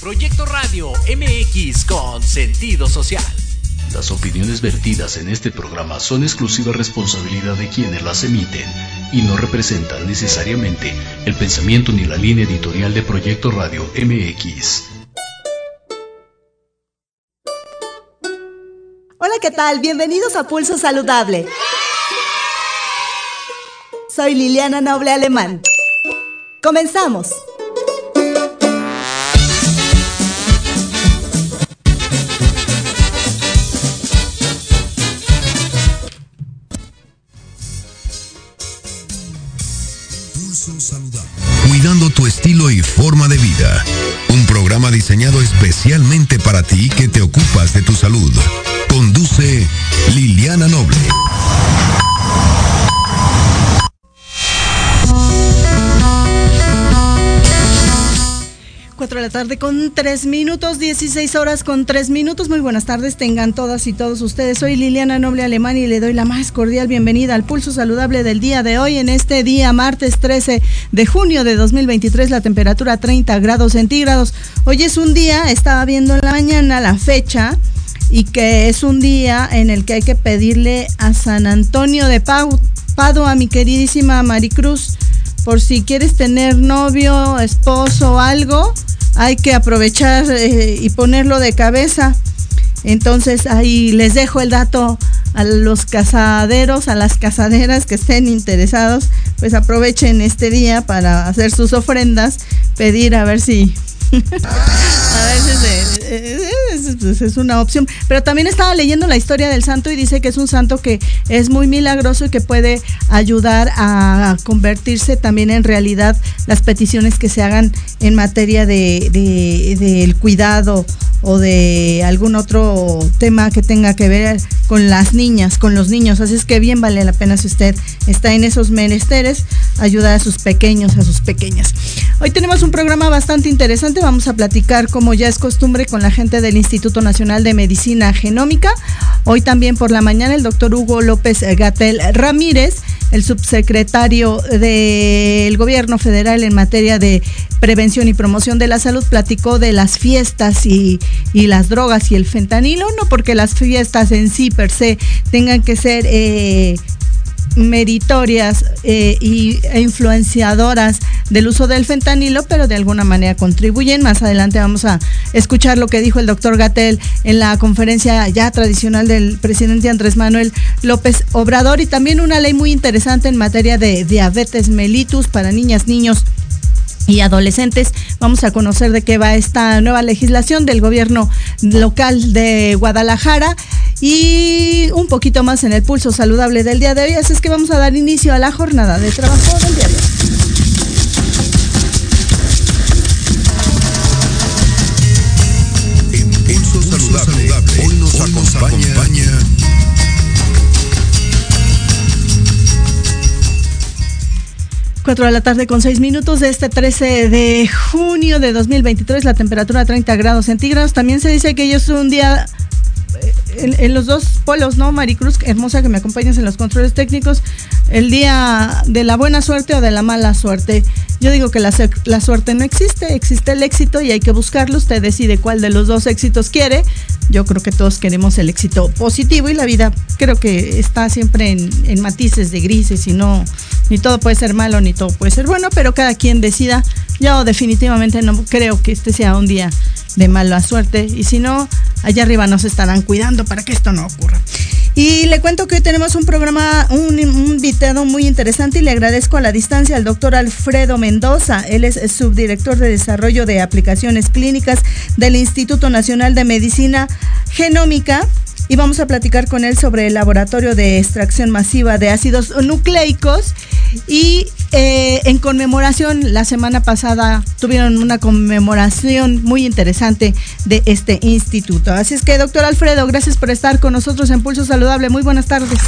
Proyecto Radio MX con sentido social. Las opiniones vertidas en este programa son exclusiva responsabilidad de quienes las emiten y no representan necesariamente el pensamiento ni la línea editorial de Proyecto Radio MX. Hola, ¿qué tal? Bienvenidos a Pulso Saludable. Soy Liliana Noble Alemán. ¡Comenzamos! Pulso Saludable. Cuidando tu estilo y forma de vida. Un programa diseñado especialmente para ti que te ocupas de tu salud. Conduce Liliana Noble. 4 de la tarde con 3 minutos, 16 horas con 3 minutos. Muy buenas tardes, tengan todas y todos ustedes. Soy Liliana Noble Alemán y le doy la más cordial bienvenida al Pulso Saludable del día de hoy. En este día, martes 13 de junio de 2023, la temperatura 30 grados centígrados. Hoy es un día, estaba viendo en la mañana la fecha, y que es un día en el que hay que pedirle a San Antonio de Padua, mi queridísima Maricruz, por si quieres tener novio, esposo o algo, hay que aprovechar y ponerlo de cabeza. Entonces ahí les dejo el dato a los casaderos, a las casaderas que estén interesados, pues aprovechen este día para hacer sus ofrendas, pedir a ver si... a veces es una opción, pero también estaba leyendo la historia del santo y dice que es un santo que es muy milagroso y que puede ayudar a convertirse también en realidad las peticiones que se hagan en materia del cuidado o de algún otro tema que tenga que ver con las niñas, con los niños. Así es que bien vale la pena, si usted está en esos menesteres, ayudar a sus pequeños, a sus pequeñas. Hoy tenemos un programa bastante interesante. Vamos a platicar, como ya es costumbre, con la gente del Instituto Nacional de Medicina Genómica. Hoy también por la mañana el doctor Hugo López-Gatell Ramírez, el subsecretario del Gobierno Federal en materia de prevención y promoción de la salud, platicó de las fiestas y las drogas y el fentanilo. No porque las fiestas en sí per se tengan que ser meritorias e influenciadoras del uso del fentanilo, pero de alguna manera contribuyen. Más adelante vamos a escuchar lo que dijo el doctor Gatell en la conferencia ya tradicional del presidente Andrés Manuel López Obrador, y también una ley muy interesante en materia de diabetes mellitus para niñas, niños y adolescentes. Vamos a conocer de qué va esta nueva legislación del gobierno local de Guadalajara y un poquito más en el Pulso Saludable del día de hoy. Así es que vamos a dar inicio a la jornada de trabajo del día de hoy. En Pulso Saludable, hoy nos acompaña 4 de la tarde con 6 minutos de este 13 de junio de 2023, la temperatura 30 grados centígrados. También se dice que hoy es un día en los dos polos, ¿no, Maricruz? Hermosa, que me acompañes en los controles técnicos. El día de la buena suerte o de la mala suerte. Yo digo que la suerte no existe, existe el éxito y hay que buscarlo. Usted decide cuál de los dos éxitos quiere. Yo creo que todos queremos el éxito positivo, y la vida creo que está siempre en matices de grises, y no, ni todo puede ser malo ni todo puede ser bueno, pero cada quien decida. Yo definitivamente no creo que este sea un día de mala suerte, y si no, allá arriba nos estarán cuidando para que esto no ocurra. Y le cuento que hoy tenemos un programa, un invitado muy interesante, y le agradezco a la distancia al doctor Alfredo Mendoza. Él es subdirector de Desarrollo de Aplicaciones Clínicas del Instituto Nacional de Medicina Genómica, y vamos a platicar con él sobre el laboratorio de extracción masiva de ácidos nucleicos. Y en conmemoración, la semana pasada tuvieron una conmemoración muy interesante de este instituto. Así es que, doctor Alfredo, gracias por estar con nosotros en Pulso Saludable. Muy buenas tardes.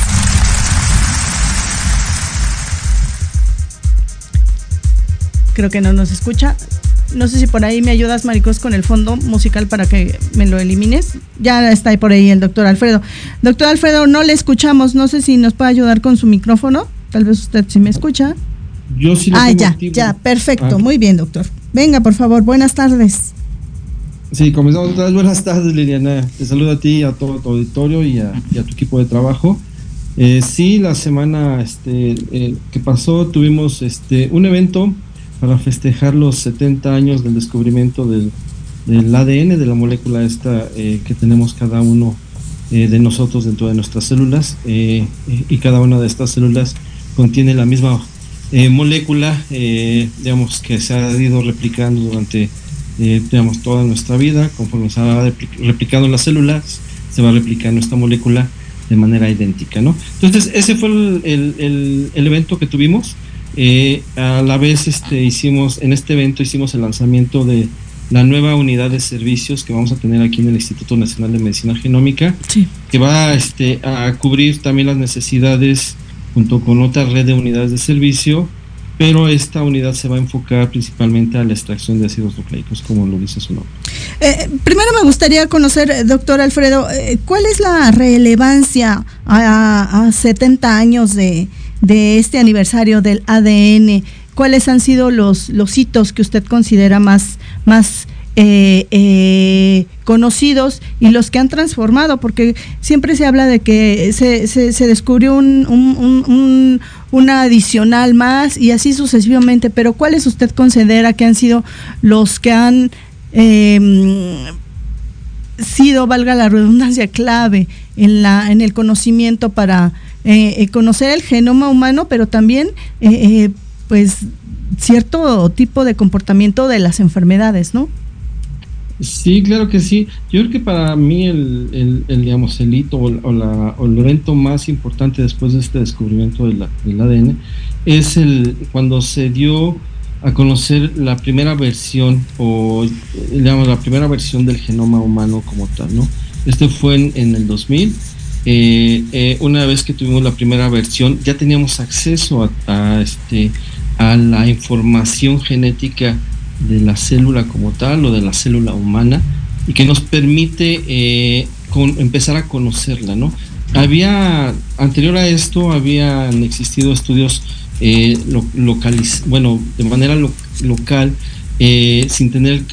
Creo que no nos escucha. No sé si por ahí me ayudas, Maricruz, con el fondo musical para que me lo elimines. Ya está ahí por ahí el doctor Alfredo. Doctor Alfredo, no le escuchamos. No sé si nos puede ayudar con su micrófono. Tal vez usted sí me escucha. Yo sí lo tengo ya, activo. ya, perfecto. Muy bien, doctor. Venga, por favor, buenas tardes. Sí, comenzamos otra vez. Buenas tardes, Liliana. Te saludo a ti, a todo tu auditorio y a tu equipo de trabajo. Sí, la semana que pasó tuvimos un evento para festejar los 70 años del descubrimiento del ADN, de la molécula esta que tenemos cada uno de nosotros dentro de nuestras células, y cada una de estas células contiene la misma molécula, digamos, que se ha ido replicando durante toda nuestra vida. Conforme se va replicando las células, se va replicando esta molécula de manera idéntica, ¿no? Entonces, ese fue el evento que tuvimos. A la vez en este evento hicimos el lanzamiento de la nueva unidad de servicios que vamos a tener aquí en el Instituto Nacional de Medicina Genómica, sí, que va a cubrir también las necesidades junto con otra red de unidades de servicio, pero esta unidad se va a enfocar principalmente a la extracción de ácidos nucleicos, como lo dice su nombre. Primero me gustaría conocer, doctor Alfredo, ¿cuál es la relevancia a 70 años de este aniversario del ADN? ¿Cuáles han sido los hitos que usted considera más conocidos y los que han transformado? Porque siempre se habla de que se descubrió una adicional más y así sucesivamente, pero ¿cuáles usted considera que han sido los que han sido, valga la redundancia, clave en el conocimiento para conocer el genoma humano, pero también pues cierto tipo de comportamiento de las enfermedades, ¿no? Sí, claro que sí. Yo creo que para mí el hito o el evento más importante después de este descubrimiento del ADN es cuando se dio a conocer la primera versión la primera versión del genoma humano como tal, ¿no? Fue en el 2000. Una vez que tuvimos la primera versión, ya teníamos acceso a la información genética de la célula como tal, o de la célula humana, y que nos permite empezar a conocerla, ¿no? Anterior a esto habían existido estudios de manera local, sin tener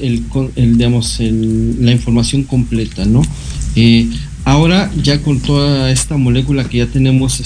la información completa, ¿no? Ahora ya con toda esta molécula que ya tenemos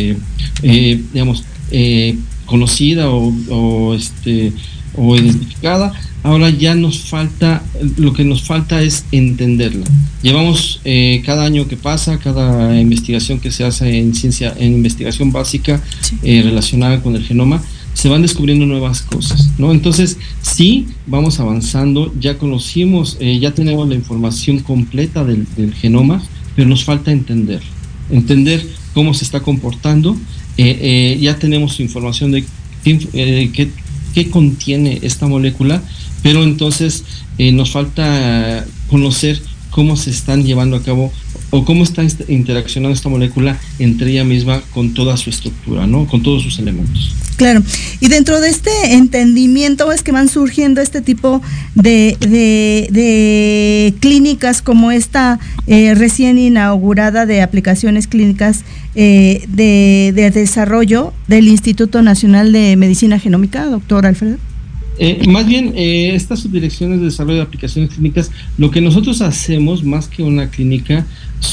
conocida o identificada, ahora ya lo que nos falta es entenderla. Llevamos cada año que pasa, cada investigación que se hace en investigación básica, sí, relacionada con el genoma, se van descubriendo nuevas cosas, ¿no? Entonces, sí, vamos avanzando, ya conocimos, ya tenemos la información completa del genoma, pero nos falta entender cómo se está comportando. Ya tenemos información de qué contiene esta molécula, pero entonces nos falta conocer cómo se están llevando a cabo o cómo está interaccionando esta molécula entre ella misma con toda su estructura, ¿no? Con todos sus elementos. Claro, y dentro de este entendimiento es que van surgiendo este tipo de clínicas como esta recién inaugurada de aplicaciones clínicas de desarrollo del Instituto Nacional de Medicina Genómica, doctor Alfredo. Más bien, estas subdirecciones de desarrollo de aplicaciones clínicas, lo que nosotros hacemos más que una clínica,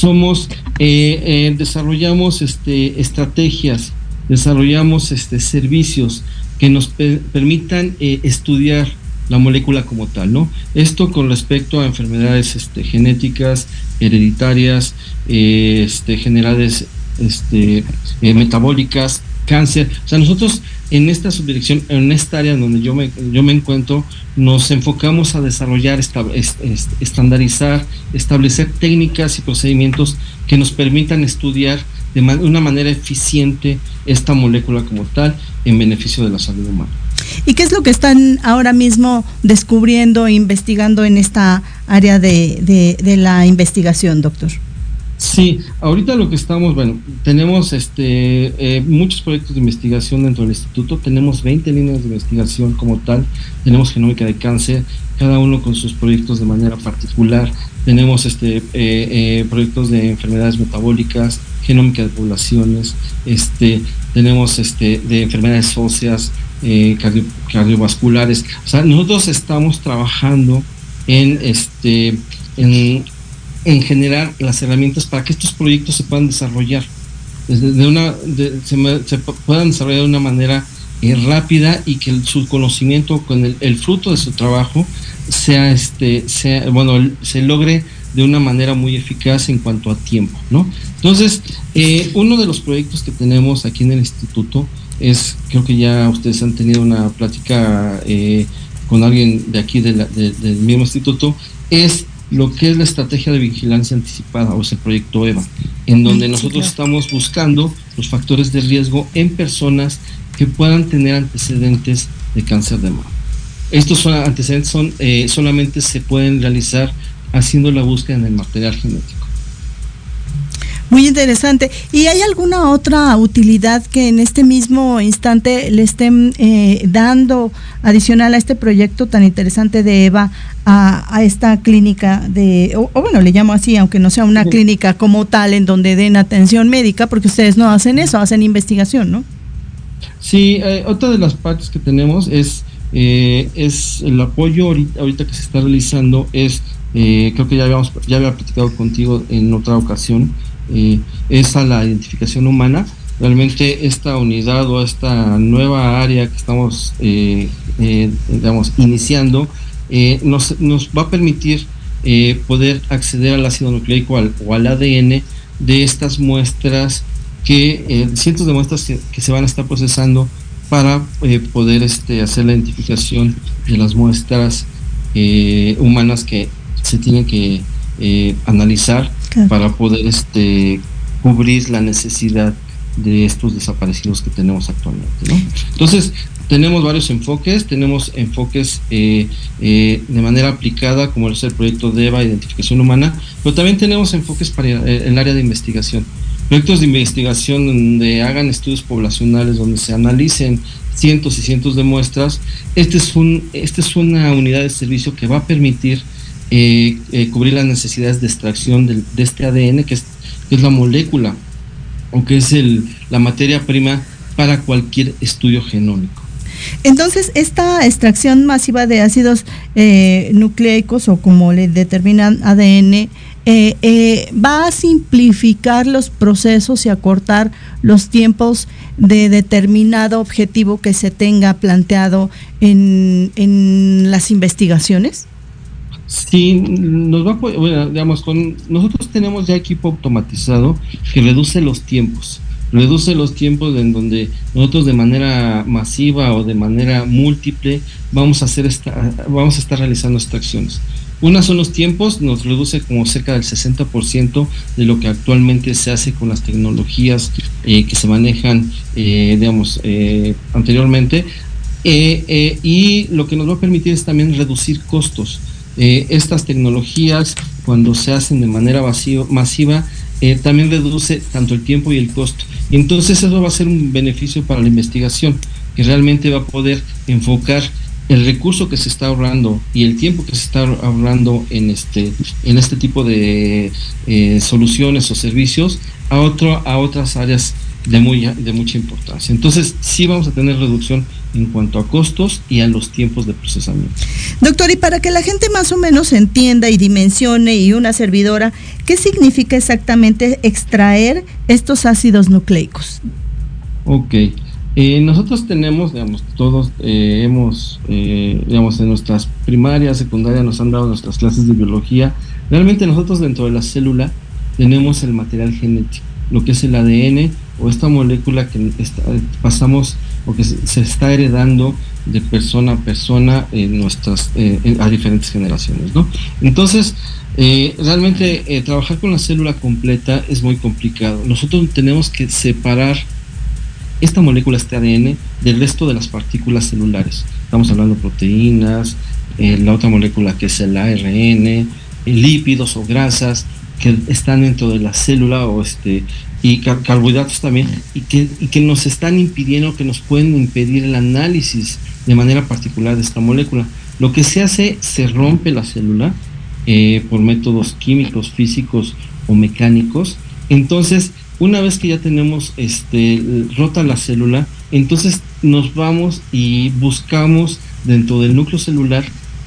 desarrollamos estrategias, desarrollamos servicios que nos permitan estudiar la molécula como tal, ¿no? Esto con respecto a enfermedades genéticas, hereditarias, generales, metabólicas, cáncer. O sea, nosotros en esta subdirección, en esta área donde yo me encuentro, nos enfocamos a desarrollar, estandarizar, establecer técnicas y procedimientos que nos permitan estudiar de una manera eficiente esta molécula como tal en beneficio de la salud humana. ¿Y qué es lo que están ahora mismo descubriendo e investigando en esta área de la investigación, doctor? Sí, ahorita lo que estamos, tenemos muchos proyectos de investigación dentro del instituto, tenemos 20 líneas de investigación como tal, tenemos genómica de cáncer, cada uno con sus proyectos de manera particular, tenemos proyectos de enfermedades metabólicas, genómica de poblaciones, tenemos de enfermedades óseas, cardiovasculares. O sea, nosotros estamos trabajando en generar las herramientas para que estos proyectos se puedan desarrollar se puedan desarrollar de una manera rápida, y que su conocimiento con el fruto de su trabajo se logre de una manera muy eficaz en cuanto a tiempo, ¿no? Entonces, uno de los proyectos que tenemos aquí en el instituto creo que ya ustedes han tenido una plática con alguien de aquí del mismo instituto, es lo que es la estrategia de vigilancia anticipada, o ese proyecto EVA, en donde nosotros estamos buscando los factores de riesgo en personas que puedan tener antecedentes de cáncer de mama. Estos antecedentes solamente se pueden realizar haciendo la búsqueda en el material genético. Muy interesante. ¿Y hay alguna otra utilidad que en este mismo instante le estén dando adicional a este proyecto tan interesante de EVA a esta clínica o bueno, le llamo así, aunque no sea una clínica como tal en donde den atención médica, porque ustedes no hacen eso, hacen investigación, ¿no? Sí, otra de las partes que tenemos es el apoyo ahorita que se está realizando, creo que ya había platicado contigo en otra ocasión, es a la identificación humana. Realmente esta unidad o esta nueva área que estamos iniciando nos va a permitir poder acceder al ácido nucleico o al ADN de estas muestras, cientos de muestras que se van a estar procesando para poder hacer la identificación de las muestras humanas que se tienen que analizar, claro, para poder cubrir la necesidad de estos desaparecidos que tenemos actualmente, ¿no? Entonces, tenemos varios enfoques. Tenemos enfoques de manera aplicada, como es el proyecto de EVA, identificación humana, pero también tenemos enfoques para el área de investigación. Proyectos de investigación donde hagan estudios poblacionales, donde se analicen cientos y cientos de muestras. Esta es una unidad de servicio que va a permitir cubrir las necesidades de extracción de este ADN, que es la molécula, o que es la materia prima para cualquier estudio genómico. Entonces, esta extracción masiva de ácidos nucleicos, o como le determinan ADN, va a simplificar los procesos y acortar los tiempos de determinado objetivo que se tenga planteado en las investigaciones. Sí, nosotros tenemos ya equipo automatizado que reduce los tiempos en donde nosotros de manera masiva o de manera múltiple vamos a estar realizando extracciones. Una son los tiempos, nos reduce como cerca del 60% de lo que actualmente se hace con las tecnologías que se manejan, anteriormente, y lo que nos va a permitir es también reducir costos. Estas tecnologías, cuando se hacen de manera masiva, también reduce tanto el tiempo y el costo. Y entonces eso va a ser un beneficio para la investigación, que realmente va a poder enfocar el recurso que se está ahorrando y el tiempo que se está ahorrando en este tipo de soluciones o servicios a otras áreas de mucha importancia. Entonces sí vamos a tener reducción en cuanto a costos y a los tiempos de procesamiento. Doctor, y para que la gente más o menos entienda y dimensione, y una servidora, ¿qué significa exactamente extraer estos ácidos nucleicos? Ok. Nosotros tenemos, todos hemos, en nuestras primarias, secundarias, nos han dado nuestras clases de biología. Realmente nosotros dentro de la célula tenemos el material genético, lo que es el ADN, o esta molécula que pasamos o que se está heredando de persona a persona a diferentes generaciones, ¿no? Entonces, realmente trabajar con la célula completa es muy complicado. Nosotros tenemos que separar esta molécula, este ADN, del resto de las partículas celulares. Estamos hablando de proteínas, la otra molécula que es el ARN, lípidos o grasas que están dentro de la célula, y carbohidratos también, y que nos están impidiendo, que nos pueden impedir el análisis de manera particular de esta molécula. Lo que se hace, se rompe la célula por métodos químicos, físicos o mecánicos. Entonces, una vez que ya tenemos rota la célula, entonces nos vamos y buscamos dentro del núcleo celular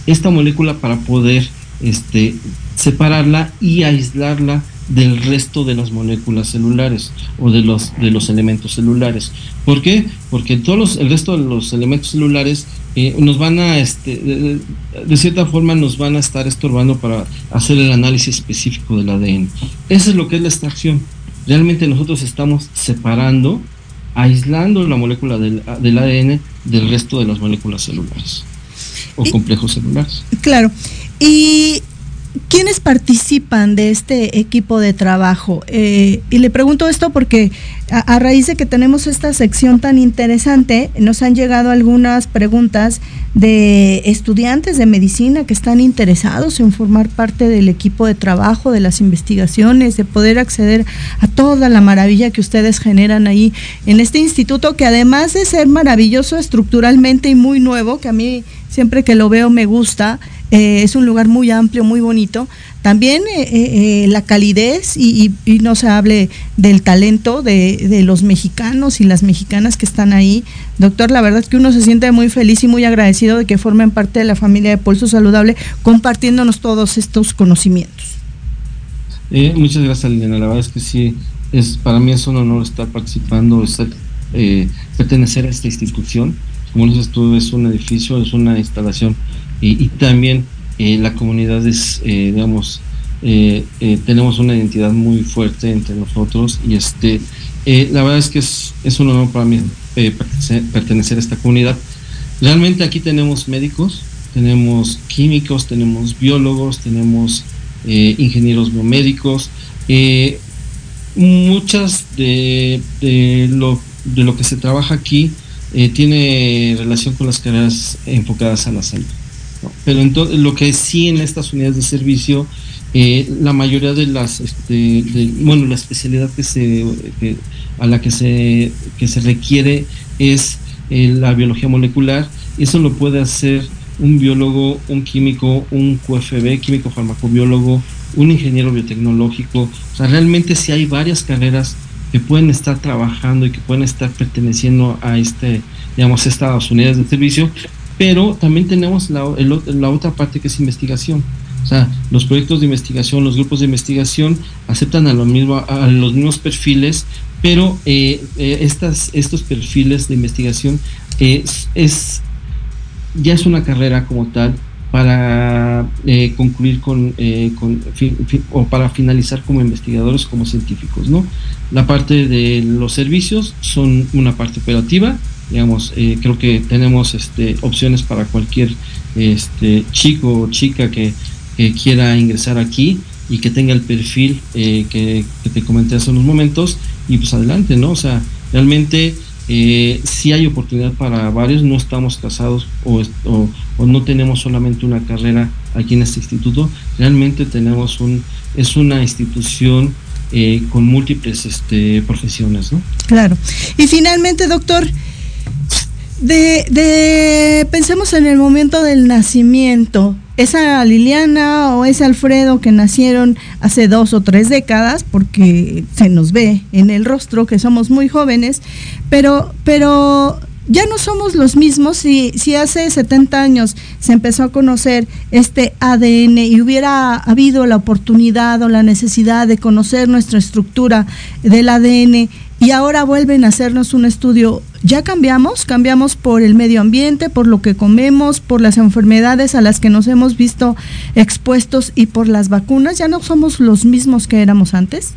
esta molécula para poder separarla y aislarla del resto de las moléculas celulares o de los elementos celulares. ¿Por qué? Porque el resto de los elementos celulares nos van a, de cierta forma, nos van a estar estorbando para hacer el análisis específico del ADN. Eso es lo que es la extracción. Realmente nosotros estamos separando, aislando la molécula del ADN del resto de las moléculas celulares o complejos celulares. Claro. ¿Y quiénes participan de este equipo de trabajo? Y le pregunto esto porque a raíz de que tenemos esta sección tan interesante, nos han llegado algunas preguntas de estudiantes de medicina que están interesados en formar parte del equipo de trabajo, de las investigaciones, de poder acceder a toda la maravilla que ustedes generan ahí en este instituto, que además de ser maravilloso estructuralmente y muy nuevo, que a mí siempre que lo veo me gusta, es un lugar muy amplio, muy bonito. También la calidez y no se hable del talento de los mexicanos y las mexicanas que están ahí. Doctor, la verdad es que uno se siente muy feliz y muy agradecido de que formen parte de la familia de Pulso Saludable, compartiéndonos todos estos conocimientos. Muchas gracias, Liliana. La verdad es que sí, para mí es un honor estar participando, pertenecer a esta institución. Como dices tú, es un edificio, es una instalación y también la comunidad es, tenemos una identidad muy fuerte entre nosotros y la verdad es que es un honor para mí pertenecer a esta comunidad. Realmente aquí tenemos médicos, tenemos químicos, tenemos biólogos, tenemos ingenieros biomédicos, muchas de lo que se trabaja aquí tiene relación con las carreras enfocadas a la salud, ¿no? Pero entonces, lo que sí en estas unidades de servicio, la mayoría de la especialidad a la que se requiere es la biología molecular. Eso lo puede hacer un biólogo, un químico, un QFB, químico farmacobiólogo, un ingeniero biotecnológico. O sea, realmente sí hay varias carreras que pueden estar trabajando y que pueden estar perteneciendo a estas unidades de servicio, pero también tenemos la otra parte, que es investigación. O sea, los proyectos de investigación, los grupos de investigación aceptan a los mismos perfiles, pero estos perfiles de investigación ya es una carrera como tal para concluir o para finalizar como investigadores, como científicos, ¿no? La parte de los servicios son una parte operativa, creo que tenemos opciones para cualquier chico o chica que quiera ingresar aquí y que tenga el perfil que te comenté hace unos momentos, y pues adelante, ¿no? O sea, realmente sí hay oportunidad para varios. No estamos casados o no tenemos solamente una carrera aquí en este instituto. Realmente es una institución con múltiples profesiones, ¿no? Claro. Y finalmente, doctor, pensemos en el momento del nacimiento. Esa Liliana o ese Alfredo que nacieron hace 2 o 3 décadas, porque se nos ve en el rostro que somos muy jóvenes, pero ya no somos los mismos. Si hace 70 años se empezó a conocer este ADN y hubiera habido la oportunidad o la necesidad de conocer nuestra estructura del ADN, y ahora vuelven a hacernos un estudio, ¿ya cambiamos por el medio ambiente, por lo que comemos, por las enfermedades a las que nos hemos visto expuestos y por las vacunas? ¿Ya no somos los mismos que éramos antes?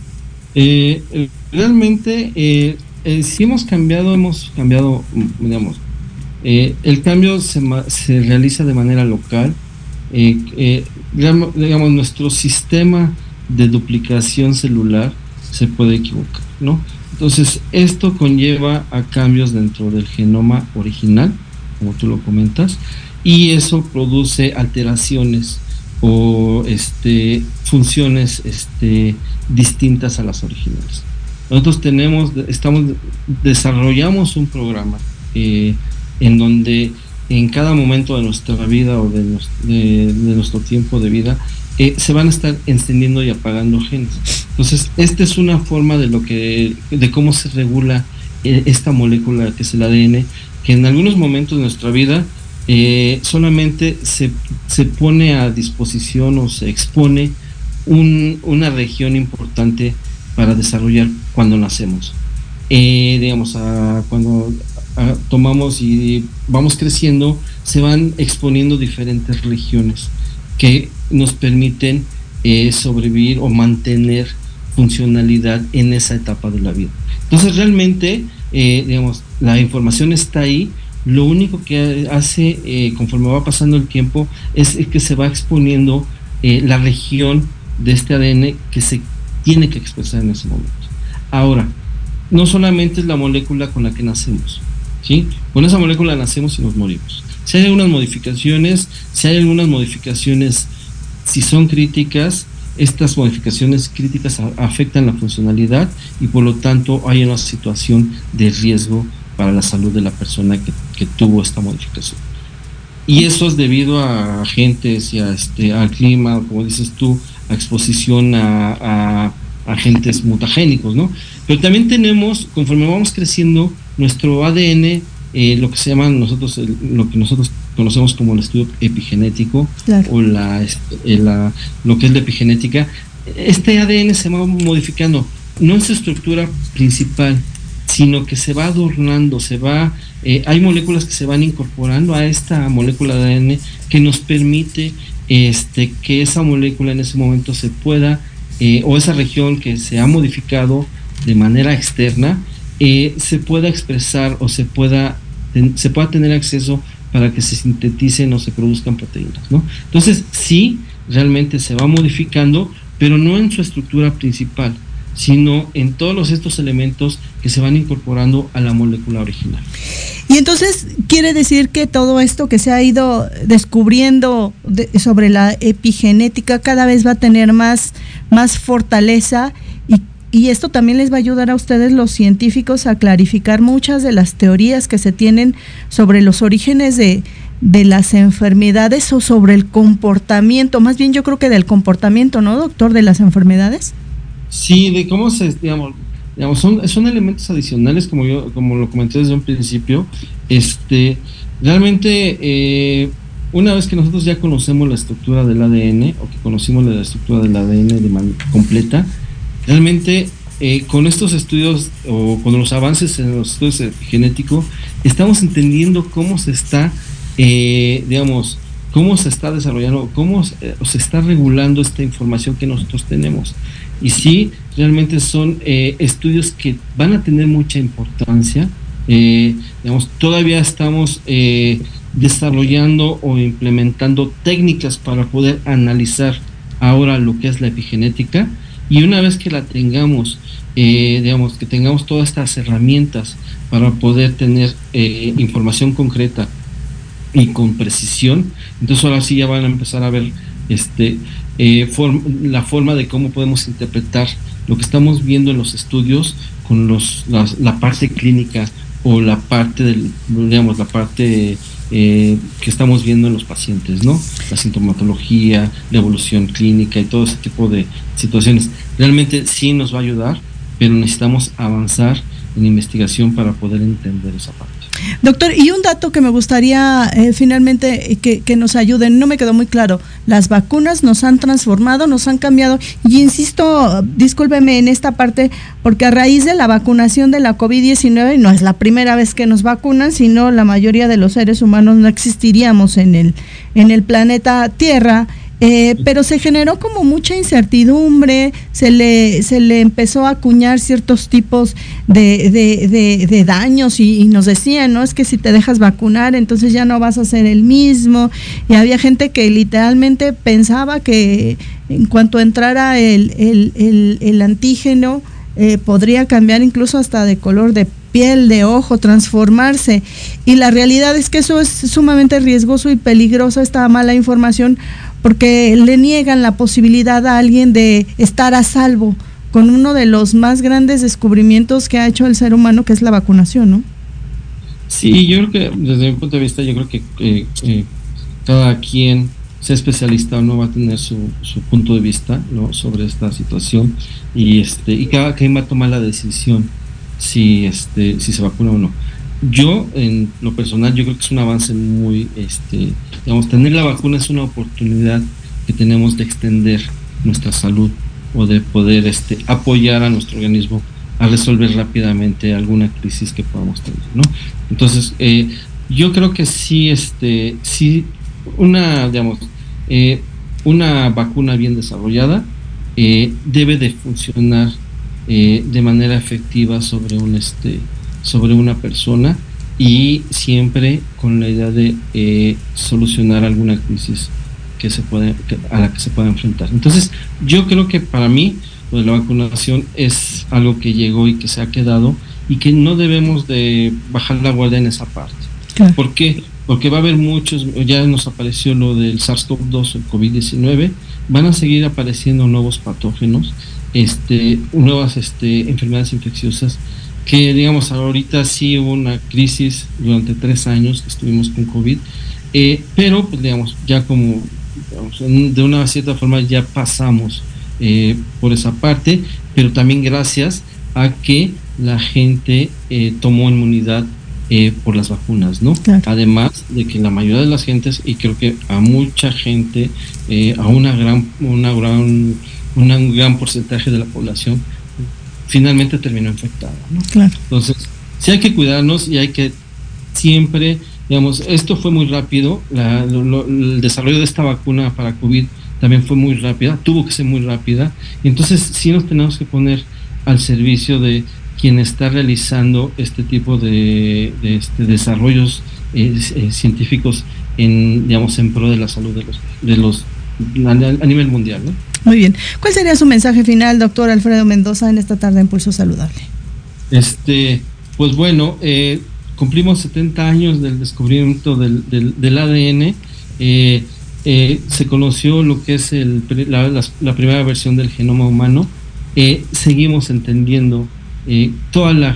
Realmente sí hemos cambiado, digamos, el cambio se realiza de manera local. Digamos, nuestro sistema de duplicación celular se puede equivocar, ¿no? Entonces, esto conlleva a cambios dentro del genoma original, como tú lo comentas, y eso produce alteraciones o funciones distintas a las originales. Nosotros desarrollamos un programa en donde en cada momento de nuestra vida o de nuestro tiempo de vida se van a estar encendiendo y apagando genes. Entonces, esta es una forma de cómo se regula esta molécula que es el ADN, que en algunos momentos de nuestra vida solamente se pone a disposición o se expone una región importante para desarrollar cuando nacemos. Cuando tomamos y vamos creciendo, se van exponiendo diferentes regiones que nos permiten sobrevivir o mantener funcionalidad en esa etapa de la vida. Entonces realmente, la información está ahí. Lo único que hace conforme va pasando el tiempo es que se va exponiendo la región de este ADN que se tiene que expresar en ese momento. Ahora, no solamente es la molécula con la que nacemos, ¿sí? Con esa molécula nacemos y nos morimos. Si hay algunas modificaciones, si son críticas, estas modificaciones críticas afectan la funcionalidad y por lo tanto hay una situación de riesgo para la salud de la persona que tuvo esta modificación. Y eso es debido a agentes y al clima, como dices tú, a exposición a agentes mutagénicos, ¿no? Pero también tenemos, conforme vamos creciendo, nuestro ADN, lo que nosotros conocemos como el estudio epigenético, claro, o lo que es la epigenética. Este ADN se va modificando, no en su estructura principal, sino que se va adornando, hay moléculas que se van incorporando a esta molécula de ADN que nos permite que esa molécula en ese momento se pueda, o esa región que se ha modificado de manera externa, se pueda expresar o se pueda tener acceso para que se sinteticen o se produzcan proteínas, ¿no? Entonces, sí, realmente se va modificando, pero no en su estructura principal, sino en todos estos elementos que se van incorporando a la molécula original. Y entonces quiere decir que todo esto que se ha ido descubriendo sobre la epigenética cada vez va a tener más fortaleza, y esto también les va a ayudar a ustedes, los científicos, a clarificar muchas de las teorías que se tienen sobre los orígenes de las enfermedades o sobre el comportamiento, más bien yo creo que del comportamiento, ¿no, doctor, de las enfermedades? Sí, de cómo son elementos adicionales, como lo comenté desde un principio. Realmente, una vez que nosotros ya conocemos la estructura del ADN, o que conocimos la estructura del ADN de manera completa, realmente con estos estudios o con los avances en los estudios genéticos, estamos entendiendo cómo se está, cómo se está desarrollando, cómo se está regulando esta información que nosotros tenemos. Y sí, realmente son estudios que van a tener mucha importancia. Todavía estamos desarrollando o implementando técnicas para poder analizar ahora lo que es la epigenética, y una vez que la tengamos, que tengamos todas estas herramientas para poder tener información concreta y con precisión, entonces ahora sí ya van a empezar a ver la forma de cómo podemos interpretar lo que estamos viendo en los estudios con la parte clínica o la parte que estamos viendo en los pacientes, ¿no? La sintomatología, la evolución clínica y todo ese tipo de situaciones. Realmente sí nos va a ayudar, pero necesitamos avanzar en investigación para poder entender esa parte. Doctor, y un dato que me gustaría finalmente que nos ayuden, no me quedó muy claro, las vacunas nos han transformado, nos han cambiado, y insisto, discúlpeme en esta parte, porque a raíz de la vacunación de la COVID-19, no es la primera vez que nos vacunan, sino la mayoría de los seres humanos no existiríamos en el planeta Tierra. Pero se generó como mucha incertidumbre, se le empezó a acuñar ciertos tipos de daños, y nos decían, ¿no? Es que si te dejas vacunar, entonces ya no vas a ser el mismo, y había gente que literalmente pensaba que en cuanto entrara el antígeno, podría cambiar incluso hasta de color de piel, de ojo, transformarse, y la realidad es que eso es sumamente riesgoso y peligroso, esta mala información, porque le niegan la posibilidad a alguien de estar a salvo con uno de los más grandes descubrimientos que ha hecho el ser humano, que es la vacunación, ¿no? Sí, yo creo que desde mi punto de vista, yo creo que cada quien, sea especialista o no, va a tener su punto de vista, ¿no?, sobre esta situación, y cada quien va a tomar la decisión si se vacuna o no. yo, en lo personal, yo creo que es un avance muy, tener la vacuna es una oportunidad que tenemos de extender nuestra salud o de poder apoyar a nuestro organismo a resolver rápidamente alguna crisis que podamos tener, ¿no? Entonces, yo creo que sí, sí, una vacuna bien desarrollada debe de funcionar de manera efectiva sobre una persona, y siempre con la idea de solucionar alguna crisis a la que se pueda enfrentar. Entonces, yo creo que para mí lo de la vacunación es algo que llegó y que se ha quedado, y que no debemos de bajar la guardia en esa parte. Claro. ¿Por qué? Porque va a haber muchos, ya nos apareció lo del SARS-CoV-2, el COVID-19, van a seguir apareciendo nuevos patógenos, nuevas enfermedades infecciosas, que digamos ahorita sí hubo una crisis durante 3 años que estuvimos con COVID, pero pues, digamos, ya como de una cierta forma ya pasamos por esa parte, pero también gracias a que la gente tomó inmunidad por las vacunas, ¿no? Claro. Además de que la mayoría de las gentes, y creo que a mucha gente, a un gran porcentaje de la población, finalmente terminó infectada, ¿no? Claro. Entonces, sí hay que cuidarnos y hay que siempre, digamos, esto fue muy rápido, el desarrollo de esta vacuna para COVID también fue muy rápida, tuvo que ser muy rápida, y entonces sí nos tenemos que poner al servicio de quien está realizando este tipo de desarrollos científicos en pro de la salud de los a nivel mundial, ¿no? Muy bien. ¿Cuál sería su mensaje final, doctor Alfredo Mendoza, en esta tarde en Pulso Saludable? Pues bueno, cumplimos 70 años del descubrimiento del ADN. Se conoció lo que es la primera versión del genoma humano. Seguimos entendiendo toda la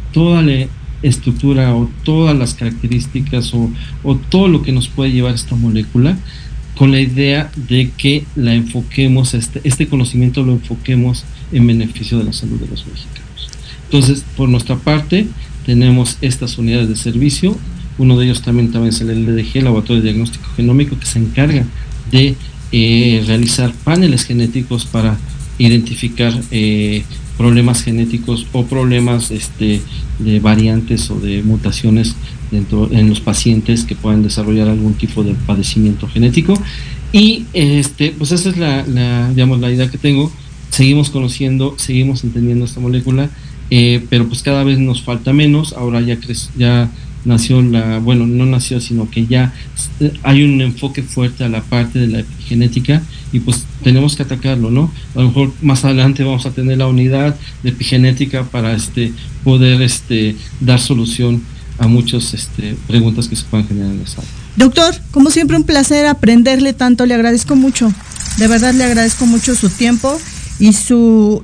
estructura o todas las características o todo lo que nos puede llevar esta molécula, con la idea de que la enfoquemos, este conocimiento lo enfoquemos en beneficio de la salud de los mexicanos. Entonces, por nuestra parte, tenemos estas unidades de servicio. Uno de ellos también es el LDG, Laboratorio de Diagnóstico Genómico, que se encarga de realizar paneles genéticos para identificar problemas genéticos o problemas de variantes o de mutaciones en los pacientes que puedan desarrollar algún tipo de padecimiento genético. Y pues esa es la idea que tengo. Seguimos conociendo, seguimos entendiendo esta molécula, pero pues cada vez nos falta menos. Ahora ya nació no nació, sino que ya hay un enfoque fuerte a la parte de la epigenética, y pues tenemos que atacarlo, ¿no? A lo mejor más adelante vamos a tener la unidad de epigenética para poder dar solución a muchas preguntas que se puedan generar en esa área. Doctor, como siempre, un placer aprenderle tanto, le agradezco mucho, de verdad le agradezco mucho su tiempo y su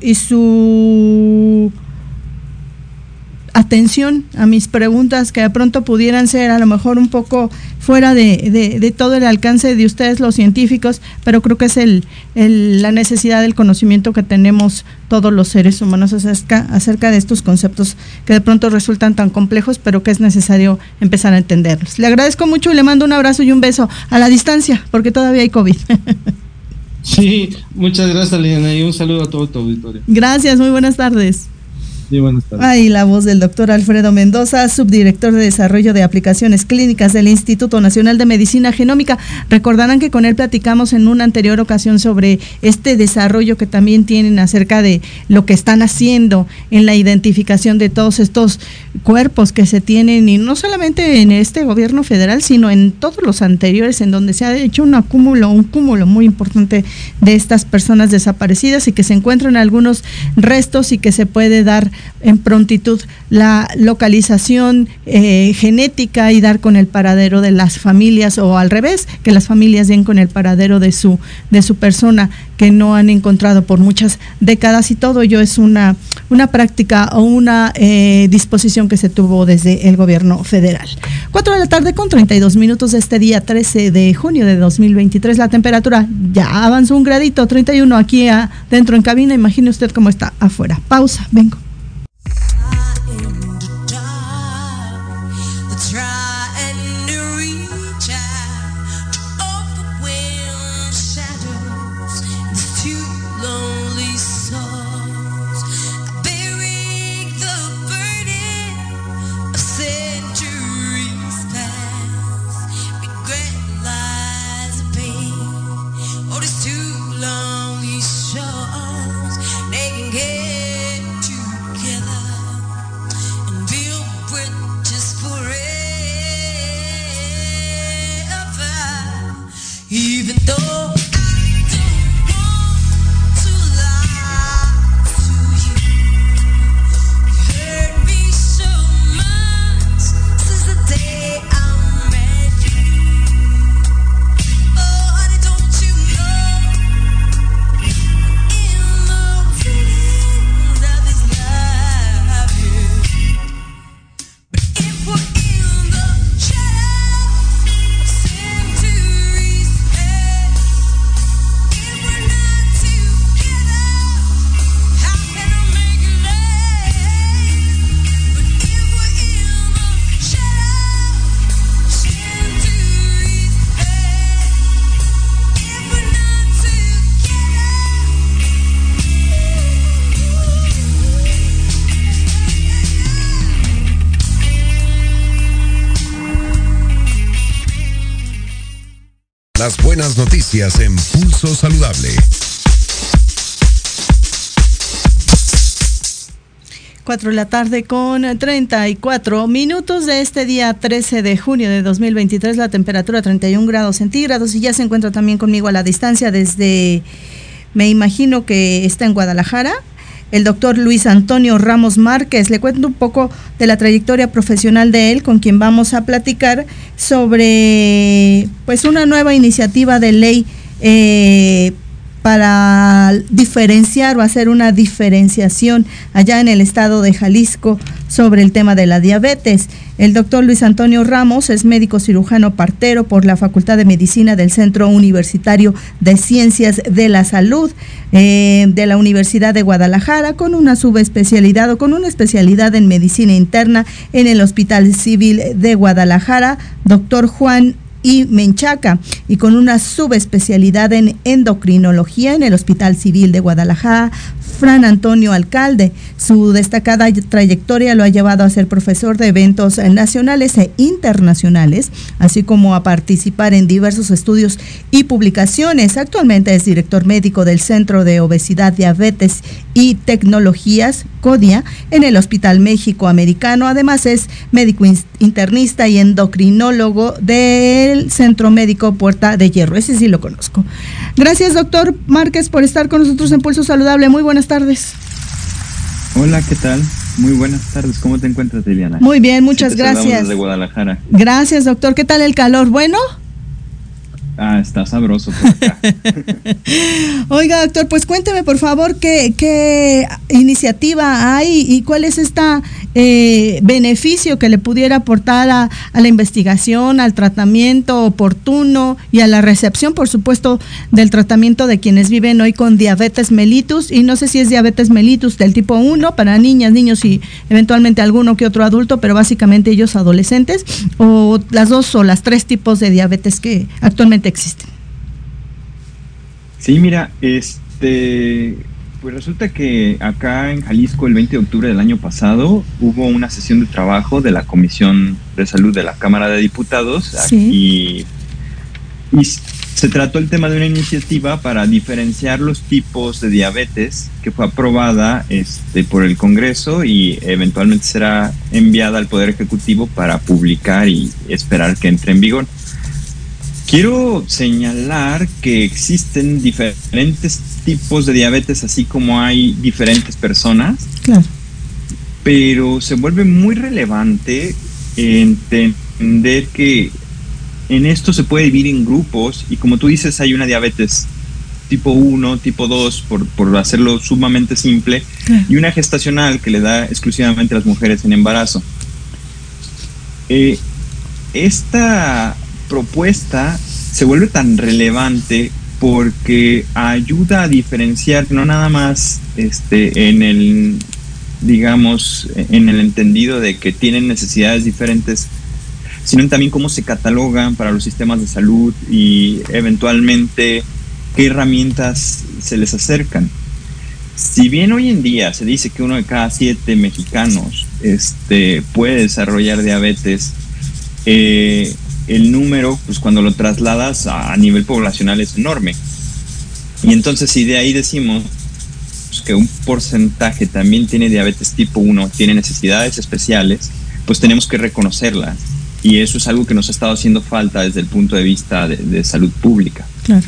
atención a mis preguntas, que de pronto pudieran ser a lo mejor un poco fuera de todo el alcance de ustedes los científicos, pero creo que es la necesidad del conocimiento que tenemos todos los seres humanos acerca de estos conceptos que de pronto resultan tan complejos, pero que es necesario empezar a entenderlos. Le agradezco mucho y le mando un abrazo y un beso a la distancia, porque todavía hay COVID. Sí, muchas gracias, Liliana, y un saludo a todo tu auditorio. Gracias, muy buenas tardes. Sí, buenas tardes. Ahí la voz del doctor Alfredo Mendoza, subdirector de Desarrollo de Aplicaciones Clínicas del Instituto Nacional de Medicina Genómica. Recordarán que con él platicamos en una anterior ocasión sobre este desarrollo que también tienen acerca de lo que están haciendo en la identificación de todos estos cuerpos que se tienen, y no solamente en este gobierno federal, sino en todos los anteriores, en donde se ha hecho un cúmulo muy importante de estas personas desaparecidas, y que se encuentran algunos restos y que se puede dar en prontitud la localización genética y dar con el paradero de las familias, o al revés, que las familias den con el paradero de su persona que no han encontrado por muchas décadas, y todo ello es una práctica o una disposición que se tuvo desde el gobierno federal. 4 de la tarde con 32 minutos de este día 13 de junio de 2023. La temperatura ya avanzó un gradito, 31 aquí dentro en cabina. Imagine usted cómo está afuera. Pausa, vengo. buenas noticias en Pulso Saludable. 4 de la tarde con 34 minutos de este día 13 de junio de 2023, la temperatura 31 grados centígrados, y ya se encuentra también conmigo a la distancia desde, me imagino que está en Guadalajara, el doctor Luis Antonio Ramos Márquez. Le cuento un poco de la trayectoria profesional de él, con quien vamos a platicar sobre pues una nueva iniciativa de ley para diferenciar o hacer una diferenciación allá en el estado de Jalisco sobre el tema de la diabetes. El doctor Luis Antonio Ramos es médico cirujano partero por la Facultad de Medicina del Centro Universitario de Ciencias de la Salud de la Universidad de Guadalajara, con una subespecialidad o con una especialidad en medicina interna en el Hospital Civil de Guadalajara, doctor Juan y Menchaca, y con una subespecialidad en endocrinología en el Hospital Civil de Guadalajara, Fran Antonio Alcalde. Su destacada trayectoria lo ha llevado a ser profesor de eventos nacionales e internacionales, así como a participar en diversos estudios y publicaciones. Actualmente es director médico del Centro de Obesidad, Diabetes y Tecnologías, CODIA, en el Hospital México Americano. Además es médico internista y endocrinólogo del Centro Médico Puerta de Hierro. Ese sí lo conozco. Gracias, doctor Márquez, por estar con nosotros en Pulso Saludable. Muy buenas tardes. Hola, ¿qué tal? Muy buenas tardes. ¿Cómo te encuentras, Liliana? Muy bien, muchas gracias. Desde Guadalajara. Gracias, doctor. ¿Qué tal el calor? ¿Bueno? Está sabroso por acá. Oiga, doctor, pues cuénteme por favor qué iniciativa hay y cuál es beneficio que le pudiera aportar a la investigación, al tratamiento oportuno y a la recepción, por supuesto, del tratamiento de quienes viven hoy con diabetes mellitus. Y no sé si es diabetes mellitus del tipo 1 para niñas, niños y eventualmente alguno que otro adulto, pero básicamente ellos adolescentes, o las dos o las tres tipos de diabetes que actualmente existen. Sí, mira, pues resulta que acá en Jalisco el 20 de octubre del año pasado hubo una sesión de trabajo de la Comisión de Salud de la Cámara de Diputados. Sí. Y se trató el tema de una iniciativa para diferenciar los tipos de diabetes que fue aprobada por el Congreso y eventualmente será enviada al Poder Ejecutivo para publicar y esperar que entre en vigor. Quiero señalar que existen diferentes tipos de diabetes, así como hay diferentes personas. Claro. Pero se vuelve muy relevante entender que en esto se puede dividir en grupos y, como tú dices, hay una diabetes tipo 1, tipo 2, por hacerlo sumamente simple, y una gestacional que le da exclusivamente a las mujeres en embarazo. Esta propuesta se vuelve tan relevante porque ayuda a diferenciar no nada más en el entendido de que tienen necesidades diferentes, sino también cómo se catalogan para los sistemas de salud y eventualmente qué herramientas se les acercan. Si bien hoy en día se dice que 1 de cada 7 mexicanos puede desarrollar diabetes, el número, pues cuando lo trasladas a nivel poblacional es enorme. Y entonces, si de ahí decimos que un porcentaje también tiene diabetes tipo 1, tiene necesidades especiales, pues tenemos que reconocerlas. Y eso es algo que nos ha estado haciendo falta desde el punto de vista de salud pública. Claro.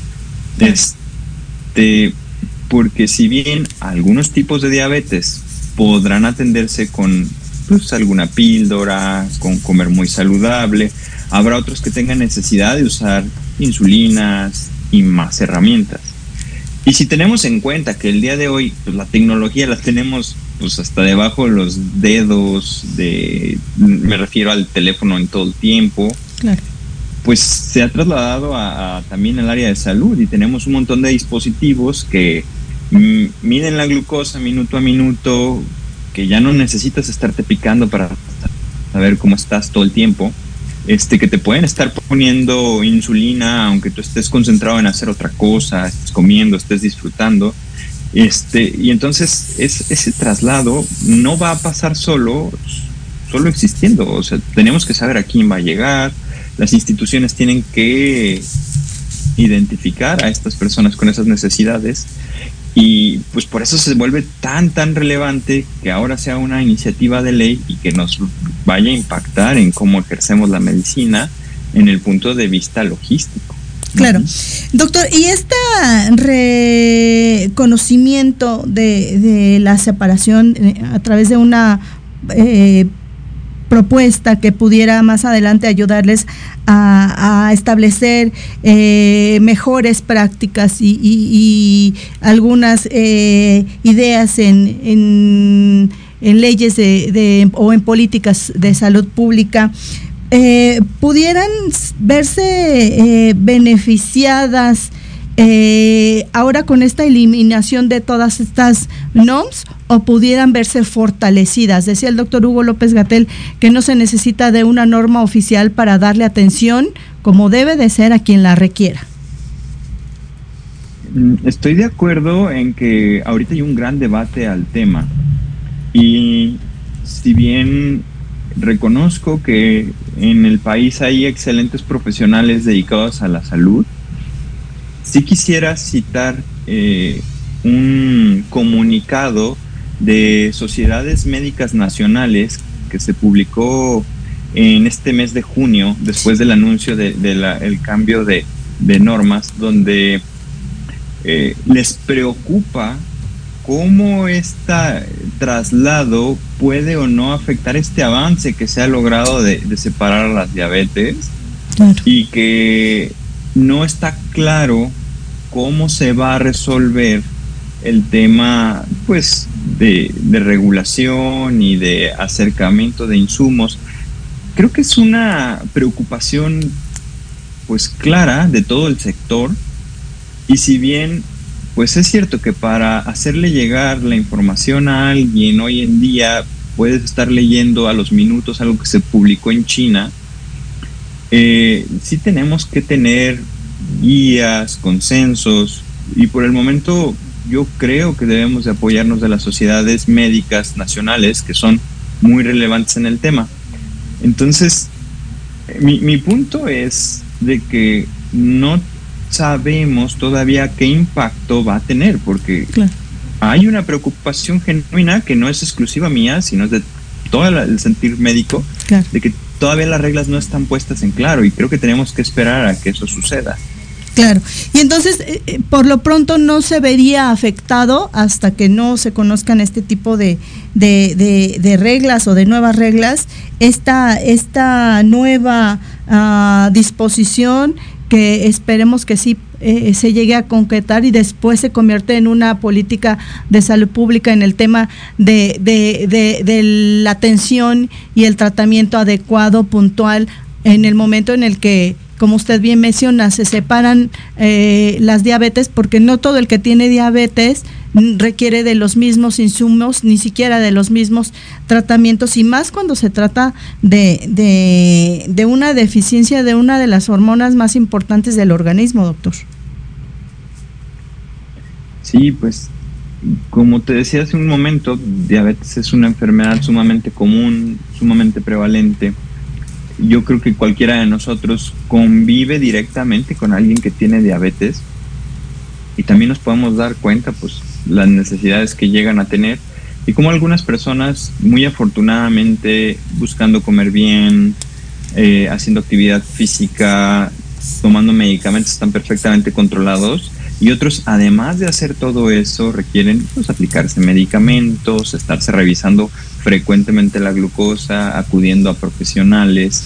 Porque si bien algunos tipos de diabetes podrán atenderse con alguna píldora, con comer muy saludable, habrá otros que tengan necesidad de usar insulinas y más herramientas. Y si tenemos en cuenta que el día de hoy pues la tecnología la tenemos pues hasta debajo de los dedos, me refiero al teléfono en todo el tiempo, claro, pues se ha trasladado también al área de salud y tenemos un montón de dispositivos que miden la glucosa minuto a minuto, que ya no necesitas estarte picando para saber cómo estás todo el tiempo, que te pueden estar poniendo insulina aunque tú estés concentrado en hacer otra cosa, estés comiendo, estés disfrutando, y entonces ese traslado no va a pasar solo existiendo. O sea, tenemos que saber a quién va a llegar, las instituciones tienen que identificar a estas personas con esas necesidades, y pues por eso se vuelve tan relevante que ahora sea una iniciativa de ley y que nos vaya a impactar en cómo ejercemos la medicina en el punto de vista logístico. Claro. Doctor, ¿y este reconocimiento de la separación a través de una propuesta que pudiera más adelante ayudarles a establecer mejores prácticas y algunas ideas en leyes o en políticas de salud pública, pudieran verse beneficiadas ahora con esta eliminación de todas estas NOMs, o pudieran verse fortalecidas? Decía el doctor Hugo López-Gatell que no se necesita de una norma oficial para darle atención como debe de ser a quien la requiera. Estoy de acuerdo en que ahorita hay un gran debate al tema, y si bien reconozco que en el país hay excelentes profesionales dedicados a la salud, sí quisiera citar un comunicado de Sociedades Médicas Nacionales que se publicó en este mes de junio, después del anuncio el cambio de normas, donde les preocupa cómo este traslado puede o no afectar este avance que se ha logrado de separar a las diabetes. Claro. Y que no está claro cómo se va a resolver el tema, pues, de regulación y de acercamiento de insumos. Creo que es una preocupación, pues, clara de todo el sector, y si bien, pues, es cierto que para hacerle llegar la información a alguien hoy en día puedes estar leyendo a los minutos algo que se publicó en China, sí tenemos que tener guías, consensos, y por el momento yo creo que debemos de apoyarnos de las sociedades médicas nacionales, que son muy relevantes en el tema. Entonces, mi punto es de que no sabemos todavía qué impacto va a tener, porque claro, hay una preocupación genuina que no es exclusiva mía, sino es de todo el sentir médico, claro, de que todavía las reglas no están puestas en claro, y creo que tenemos que esperar a que eso suceda. Claro, y entonces por lo pronto no se vería afectado hasta que no se conozcan este tipo de reglas o de nuevas reglas, esta nueva disposición, que esperemos que sí se llegue a concretar y después se convierte en una política de salud pública en el tema de la atención y el tratamiento adecuado, puntual, en el momento en el que, como usted bien menciona, se separan las diabetes, porque no todo el que tiene diabetes requiere de los mismos insumos, ni siquiera de los mismos tratamientos, y más cuando se trata de una deficiencia de una de las hormonas más importantes del organismo, doctor. Sí, pues como te decía hace un momento, diabetes es una enfermedad sumamente común, sumamente prevalente. Yo creo que cualquiera de nosotros convive directamente con alguien que tiene diabetes, y también nos podemos dar cuenta, pues, las necesidades que llegan a tener, y como algunas personas, muy afortunadamente, buscando comer bien, haciendo actividad física, tomando medicamentos, están perfectamente controlados, y otros, además de hacer todo eso, requieren, pues, aplicarse medicamentos, estarse revisando frecuentemente la glucosa, acudiendo a profesionales,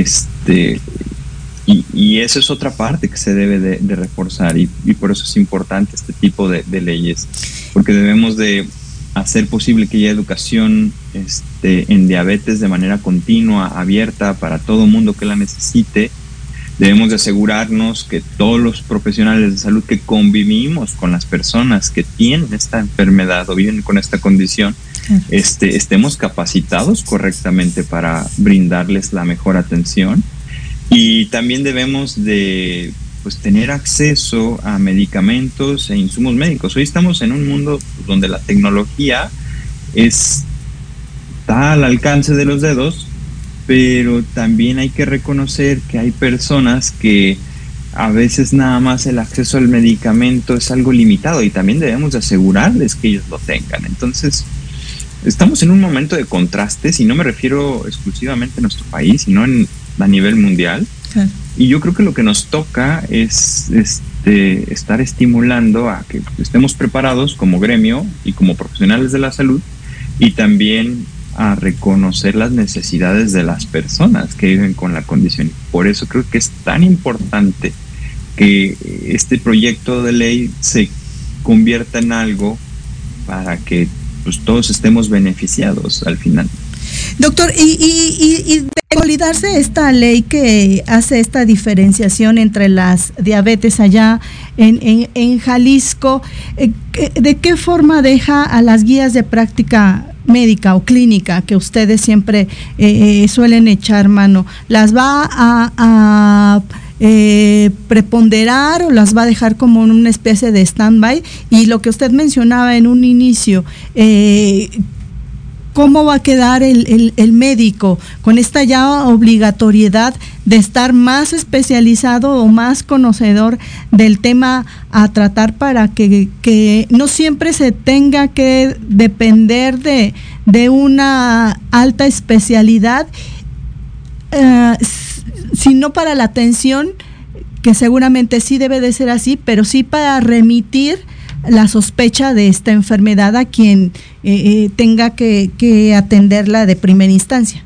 y eso es otra parte que se debe de reforzar, y por eso es importante este tipo de leyes, porque debemos de hacer posible que haya educación en diabetes de manera continua, abierta para todo mundo que la necesite. Debemos de asegurarnos que todos los profesionales de salud que convivimos con las personas que tienen esta enfermedad o viven con esta condición, estemos capacitados correctamente para brindarles la mejor atención. Y también debemos de, pues, tener acceso a medicamentos e insumos médicos. Hoy estamos en un mundo donde la tecnología está al alcance de los dedos, pero también hay que reconocer que hay personas que a veces nada más el acceso al medicamento es algo limitado y también debemos de asegurarles que ellos lo tengan. Entonces, estamos en un momento de contrastes y no me refiero exclusivamente a nuestro país, sino a nivel mundial. Claro. Y yo creo que lo que nos toca es estar estimulando a que estemos preparados como gremio y como profesionales de la salud, y también a reconocer las necesidades de las personas que viven con la condición. Por eso creo que es tan importante que este proyecto de ley se convierta en algo para que pues todos estemos beneficiados al final. Doctor, y de consolidarse esta ley que hace esta diferenciación entre las diabetes allá en Jalisco, ¿de qué forma deja a las guías de práctica médica o clínica que ustedes siempre suelen echar mano? ¿Las va a preponderar o las va a dejar como en una especie de stand-by? Y lo que usted mencionaba en un inicio, ¿cómo va a quedar el médico con esta ya obligatoriedad de estar más especializado o más conocedor del tema a tratar, para que no siempre se tenga que depender de una alta especialidad, sino para la atención, que seguramente sí debe de ser así, pero sí para remitir la sospecha de esta enfermedad a quien tenga que atenderla de primera instancia?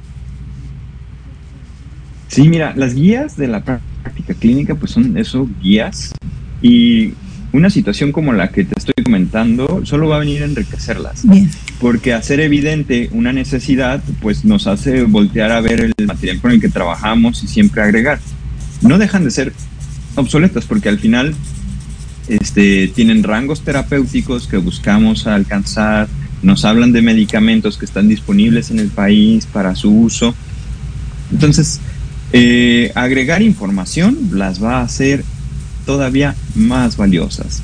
Sí, mira, las guías de la práctica clínica pues son eso, guías, y una situación como la que te estoy comentando solo va a venir a enriquecerlas. Bien. Porque hacer evidente una necesidad pues nos hace voltear a ver el material con el que trabajamos y siempre agregar. No dejan de ser obsoletas porque al final tienen rangos terapéuticos que buscamos alcanzar, nos hablan de medicamentos que están disponibles en el país para su uso. Entonces, agregar información las va a hacer todavía más valiosas.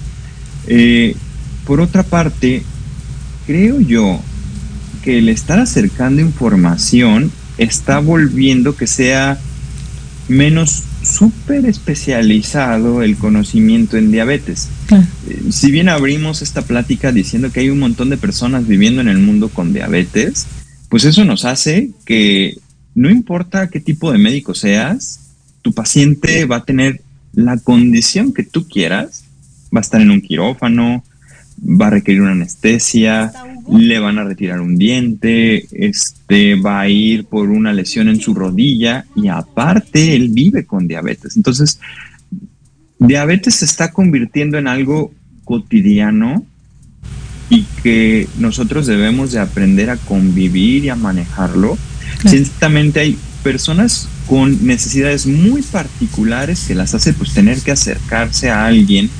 Por otra parte, creo yo que el estar acercando información está volviendo que sea menos súper especializado el conocimiento en diabetes. Claro. Si bien abrimos esta plática diciendo que hay un montón de personas viviendo en el mundo con diabetes, pues eso nos hace que no importa qué tipo de médico seas, tu paciente va a tener la condición que tú quieras, va a estar en un quirófano, va a requerir una anestesia, le van a retirar un diente, va a ir por una lesión en su rodilla y aparte él vive con diabetes. Entonces, diabetes se está convirtiendo en algo cotidiano y que nosotros debemos de aprender a convivir y a manejarlo. Claro. Ciertamente hay personas con necesidades muy particulares que las hace pues tener que acercarse a alguien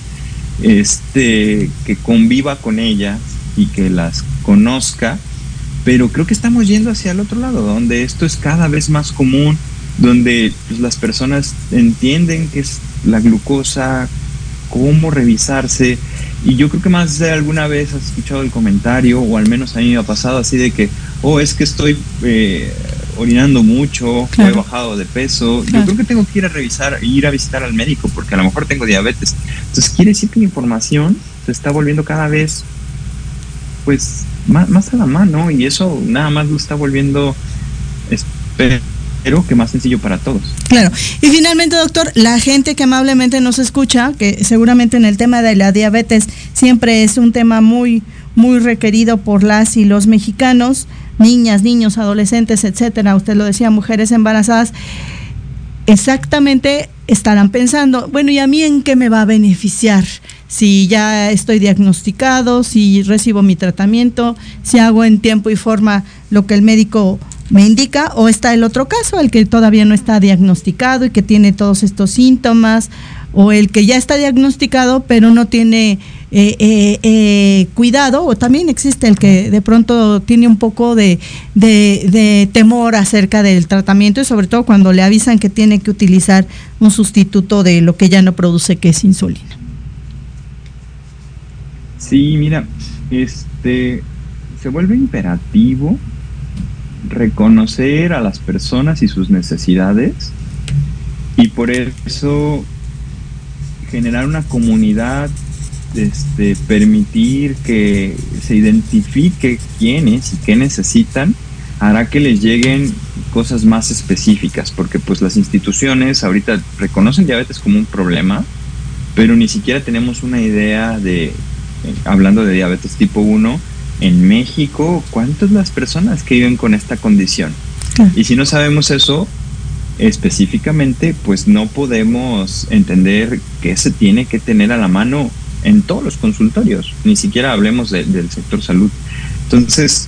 que conviva con ellas y que las conozca, pero creo que estamos yendo hacia el otro lado, donde esto es cada vez más común, donde pues, las personas entienden qué es la glucosa, cómo revisarse, y yo creo que más de alguna vez has escuchado el comentario, o al menos a mí me ha pasado así de que, es que estoy orinando mucho, claro, he bajado de peso, claro, yo creo que tengo que ir a visitar al médico porque a lo mejor tengo diabetes. Entonces quiere decir que la información se está volviendo cada vez pues más a la mano, y eso nada más lo está volviendo, espero que más sencillo para todos. Claro. Y finalmente, doctor, la gente que amablemente nos escucha, que seguramente en el tema de la diabetes siempre es un tema muy, muy requerido por las y los mexicanos, niñas, niños, adolescentes, etcétera, usted lo decía, mujeres embarazadas, exactamente estarán pensando, bueno, ¿y a mí en qué me va a beneficiar? Si ya estoy diagnosticado, si recibo mi tratamiento, si hago en tiempo y forma lo que el médico me indica, o está el otro caso, el que todavía no está diagnosticado y que tiene todos estos síntomas, o el que ya está diagnosticado pero no tiene cuidado, o también existe el que de pronto tiene un poco de temor acerca del tratamiento, y sobre todo cuando le avisan que tiene que utilizar un sustituto de lo que ya no produce, que es insulina. Sí, mira, se vuelve imperativo reconocer a las personas y sus necesidades, y por eso generar una comunidad, permitir que se identifique quiénes y qué necesitan, hará que les lleguen cosas más específicas, porque pues las instituciones ahorita reconocen diabetes como un problema, pero ni siquiera tenemos una idea de, hablando de diabetes tipo 1, en México, ¿cuántas las personas que viven con esta condición? Y si no sabemos eso específicamente, pues no podemos entender qué se tiene que tener a la mano en todos los consultorios, ni siquiera hablemos del sector salud. Entonces,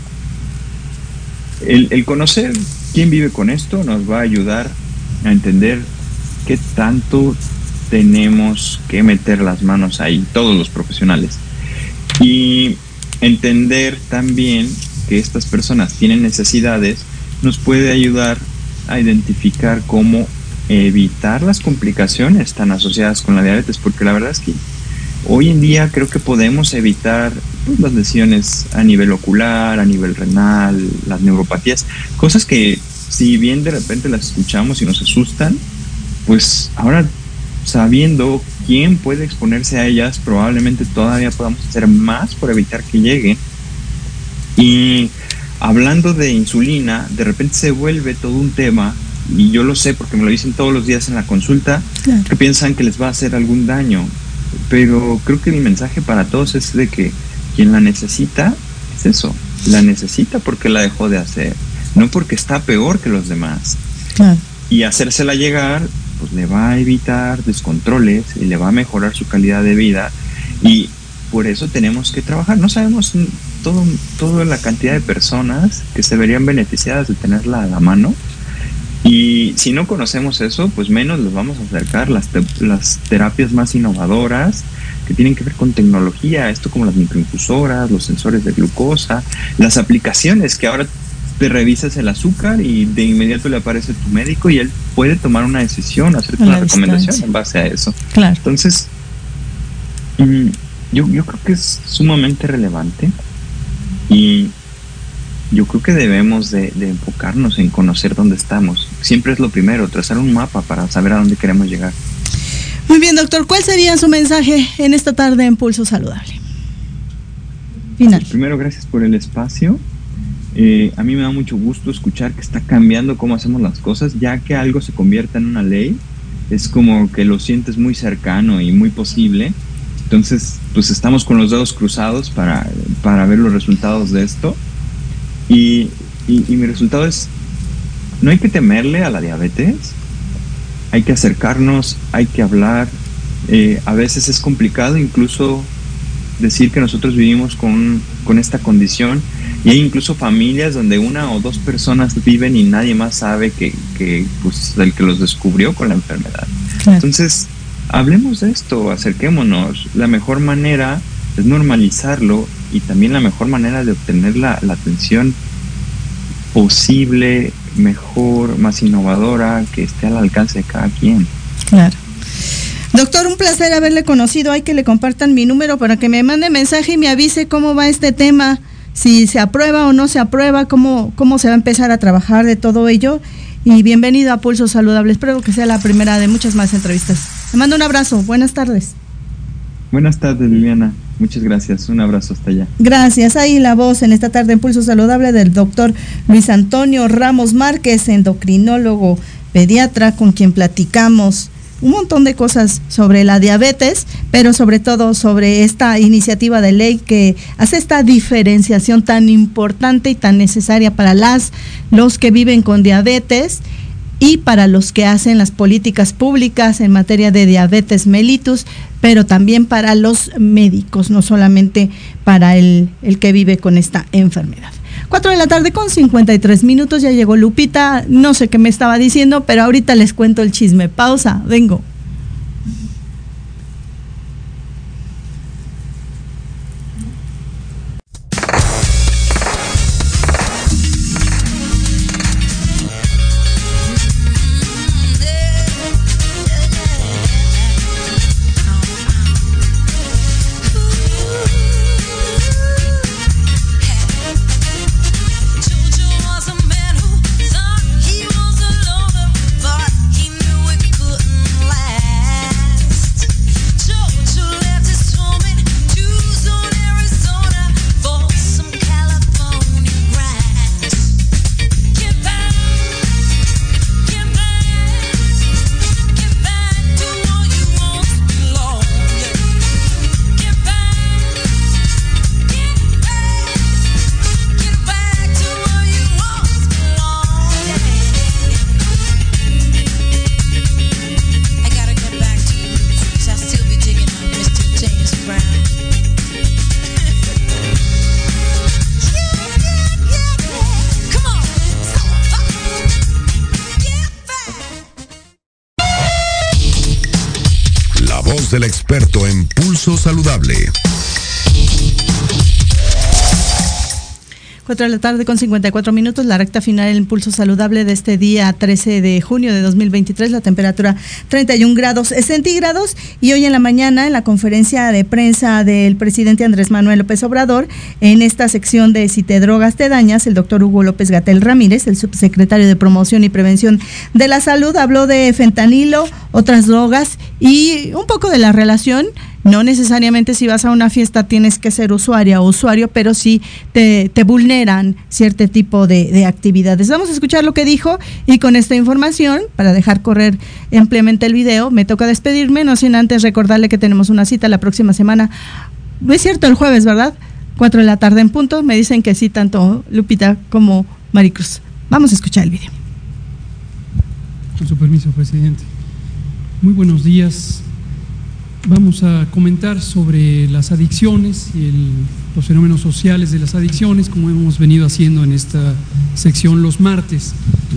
el conocer quién vive con esto nos va a ayudar a entender qué tanto tenemos que meter las manos ahí, todos los profesionales. Y entender también que estas personas tienen necesidades nos puede ayudar a identificar cómo evitar las complicaciones tan asociadas con la diabetes, porque la verdad es que hoy en día creo que podemos evitar pues, las lesiones a nivel ocular, a nivel renal, las neuropatías, cosas que si bien de repente las escuchamos y nos asustan, pues ahora sabiendo quién puede exponerse a ellas, probablemente todavía podamos hacer más por evitar que lleguen. Y hablando de insulina, de repente se vuelve todo un tema, y yo lo sé porque me lo dicen todos los días en la consulta, claro, que piensan que les va a hacer algún daño, pero creo que mi mensaje para todos es de que quien la necesita es eso, la necesita porque la dejó de hacer, no porque está peor que los demás. Claro. Y hacérsela llegar pues le va a evitar descontroles y le va a mejorar su calidad de vida, y por eso tenemos que trabajar. No sabemos toda la cantidad de personas que se verían beneficiadas de tenerla a la mano, y si no conocemos eso, pues menos les vamos a acercar las terapias más innovadoras que tienen que ver con tecnología, esto como las microinfusoras, los sensores de glucosa, las aplicaciones que ahora te revisas el azúcar y de inmediato le aparece tu médico y él puede tomar una decisión, hacerte una recomendación en base a eso. Claro. Entonces, yo creo que es sumamente relevante, y yo creo que debemos de enfocarnos en conocer dónde estamos. Siempre es lo primero, trazar un mapa para saber a dónde queremos llegar. Muy bien, doctor, ¿cuál sería su mensaje en esta tarde en Pulso Saludable? Final. Pues primero, gracias por el espacio. A mí me da mucho gusto escuchar que está cambiando cómo hacemos las cosas, ya que algo se convierta en una ley, es como que lo sientes muy cercano y muy posible. Entonces, pues estamos con los dedos cruzados para ver los resultados de esto. Y mi resultado es, no hay que temerle a la diabetes, hay que acercarnos, hay que hablar. A veces es complicado incluso decir que nosotros vivimos con esta condición, y hay incluso familias donde una o dos personas viven y nadie más sabe que pues el que los descubrió con la enfermedad. Claro. Entonces, hablemos de esto, acerquémonos. La mejor manera es normalizarlo, y también la mejor manera de obtener la atención posible, mejor, más innovadora, que esté al alcance de cada quien. Claro. Doctor, un placer haberle conocido. Hay que le compartan mi número para que me mande mensaje y me avise cómo va este tema, si se aprueba o no se aprueba, cómo se va a empezar a trabajar de todo ello. Y bienvenido a Pulso Saludable. Espero que sea la primera de muchas más entrevistas. Le mando un abrazo. Buenas tardes. Buenas tardes, Liliana. Muchas gracias. Un abrazo hasta allá. Gracias. Ahí la voz en esta tarde en Pulso Saludable del doctor Luis Antonio Ramos Márquez, endocrinólogo pediatra, con quien platicamos un montón de cosas sobre la diabetes, pero sobre todo sobre esta iniciativa de ley que hace esta diferenciación tan importante y tan necesaria para los que viven con diabetes y para los que hacen las políticas públicas en materia de diabetes mellitus, pero también para los médicos, no solamente para el que vive con esta enfermedad. 4:53 p.m, ya llegó Lupita, no sé qué me estaba diciendo, pero ahorita les cuento el chisme. Pausa, vengo. He was a loner, but he knew it couldn't last. del experto en Pulso Saludable. 4 de la tarde con 54 minutos, la recta final del Pulso Saludable de este día 13 de junio de 2023, la temperatura 31 grados centígrados, y hoy en la mañana en la conferencia de prensa del presidente Andrés Manuel López Obrador, en esta sección de Si te drogas te dañas, el doctor Hugo López-Gatell Ramírez, el subsecretario de Promoción y Prevención de la Salud, habló de fentanilo, otras drogas y un poco de la relación. No necesariamente si vas a una fiesta tienes que ser usuaria o usuario, pero sí te vulneran cierto tipo de actividades. Vamos a escuchar lo que dijo, y con esta información, para dejar correr ampliamente el video, me toca despedirme, no sin antes recordarle que tenemos una cita la próxima semana. No es cierto, el jueves, ¿verdad? 4 de la tarde en punto. Me dicen que sí, tanto Lupita como Maricruz. Vamos a escuchar el video. Con su permiso, presidente. Muy buenos días. Vamos a comentar sobre las adicciones y los fenómenos sociales de las adicciones, como hemos venido haciendo en esta sección los martes.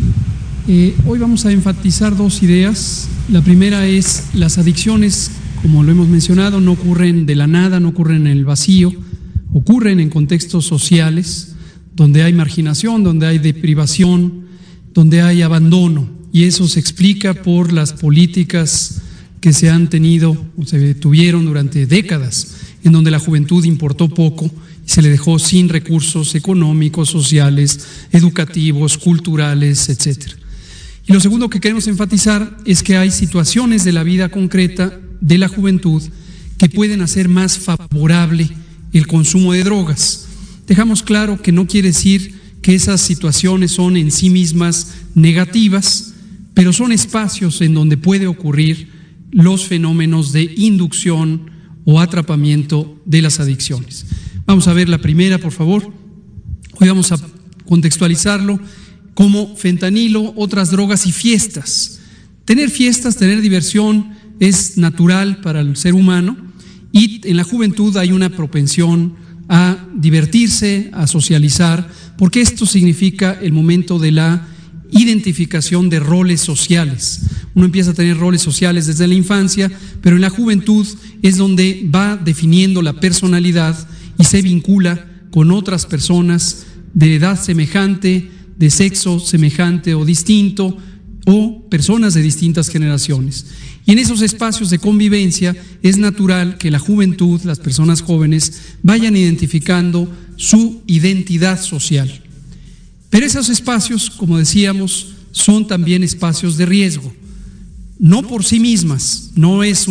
Hoy vamos a enfatizar dos ideas. La primera es: las adicciones, como lo hemos mencionado, no ocurren de la nada, no ocurren en el vacío, ocurren en contextos sociales donde hay marginación, donde hay deprivación, donde hay abandono, y eso se explica por las políticas que se han tenido o se tuvieron durante décadas, en donde la juventud importó poco y se le dejó sin recursos económicos, sociales, educativos, culturales, etc. Y lo segundo que queremos enfatizar es que hay situaciones de la vida concreta de la juventud que pueden hacer más favorable el consumo de drogas. Dejamos claro que no quiere decir que esas situaciones son en sí mismas negativas, pero son espacios en donde puede ocurrir los fenómenos de inducción o atrapamiento de las adicciones. Vamos a ver la primera, por favor. Hoy vamos a contextualizarlo como fentanilo, otras drogas y fiestas. Tener fiestas, tener diversión es natural para el ser humano, y en la juventud hay una propensión a divertirse, a socializar, porque esto significa el momento de la identificación de roles sociales. Uno empieza a tener roles sociales desde la infancia, pero en la juventud es donde va definiendo la personalidad y se vincula con otras personas de edad semejante, de sexo semejante o distinto, o personas de distintas generaciones. Y en esos espacios de convivencia es natural que la juventud, las personas jóvenes, vayan identificando su identidad social. Pero esos espacios, como decíamos, son también espacios de riesgo. No por sí mismas, no es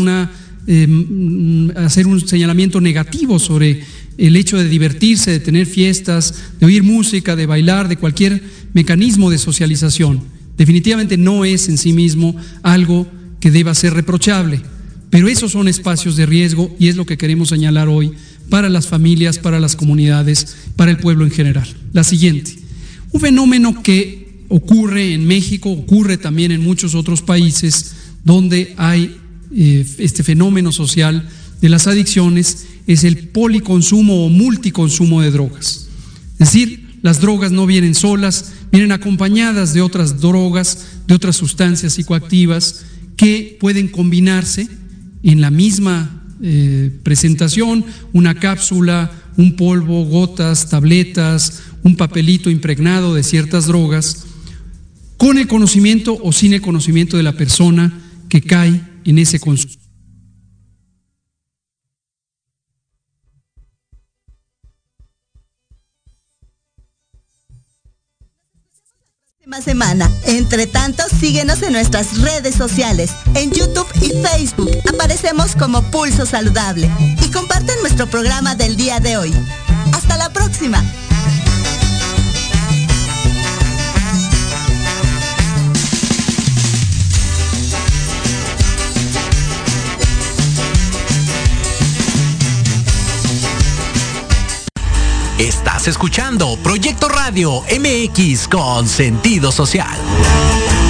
hacer un señalamiento negativo sobre el hecho de divertirse, de tener fiestas, de oír música, de bailar, de cualquier mecanismo de socialización. Definitivamente no es en sí mismo algo que deba ser reprochable, pero esos son espacios de riesgo, y es lo que queremos señalar hoy para las familias, para las comunidades, para el pueblo en general. La siguiente. Un fenómeno que ocurre en México, ocurre también en muchos otros países donde hay este fenómeno social de las adicciones, es el policonsumo o multiconsumo de drogas. Es decir, las drogas no vienen solas, vienen acompañadas de otras drogas, de otras sustancias psicoactivas que pueden combinarse en la misma presentación, una cápsula, un polvo, gotas, tabletas, un papelito impregnado de ciertas drogas, con el conocimiento o sin el conocimiento de la persona que cae en ese consumo. Semana. Entre tanto, síguenos en nuestras redes sociales, en YouTube y Facebook. Aparecemos como Pulso Saludable. Y comparten nuestro programa del día de hoy. ¡Hasta la próxima! Estás escuchando Proyecto Radio MX con sentido social.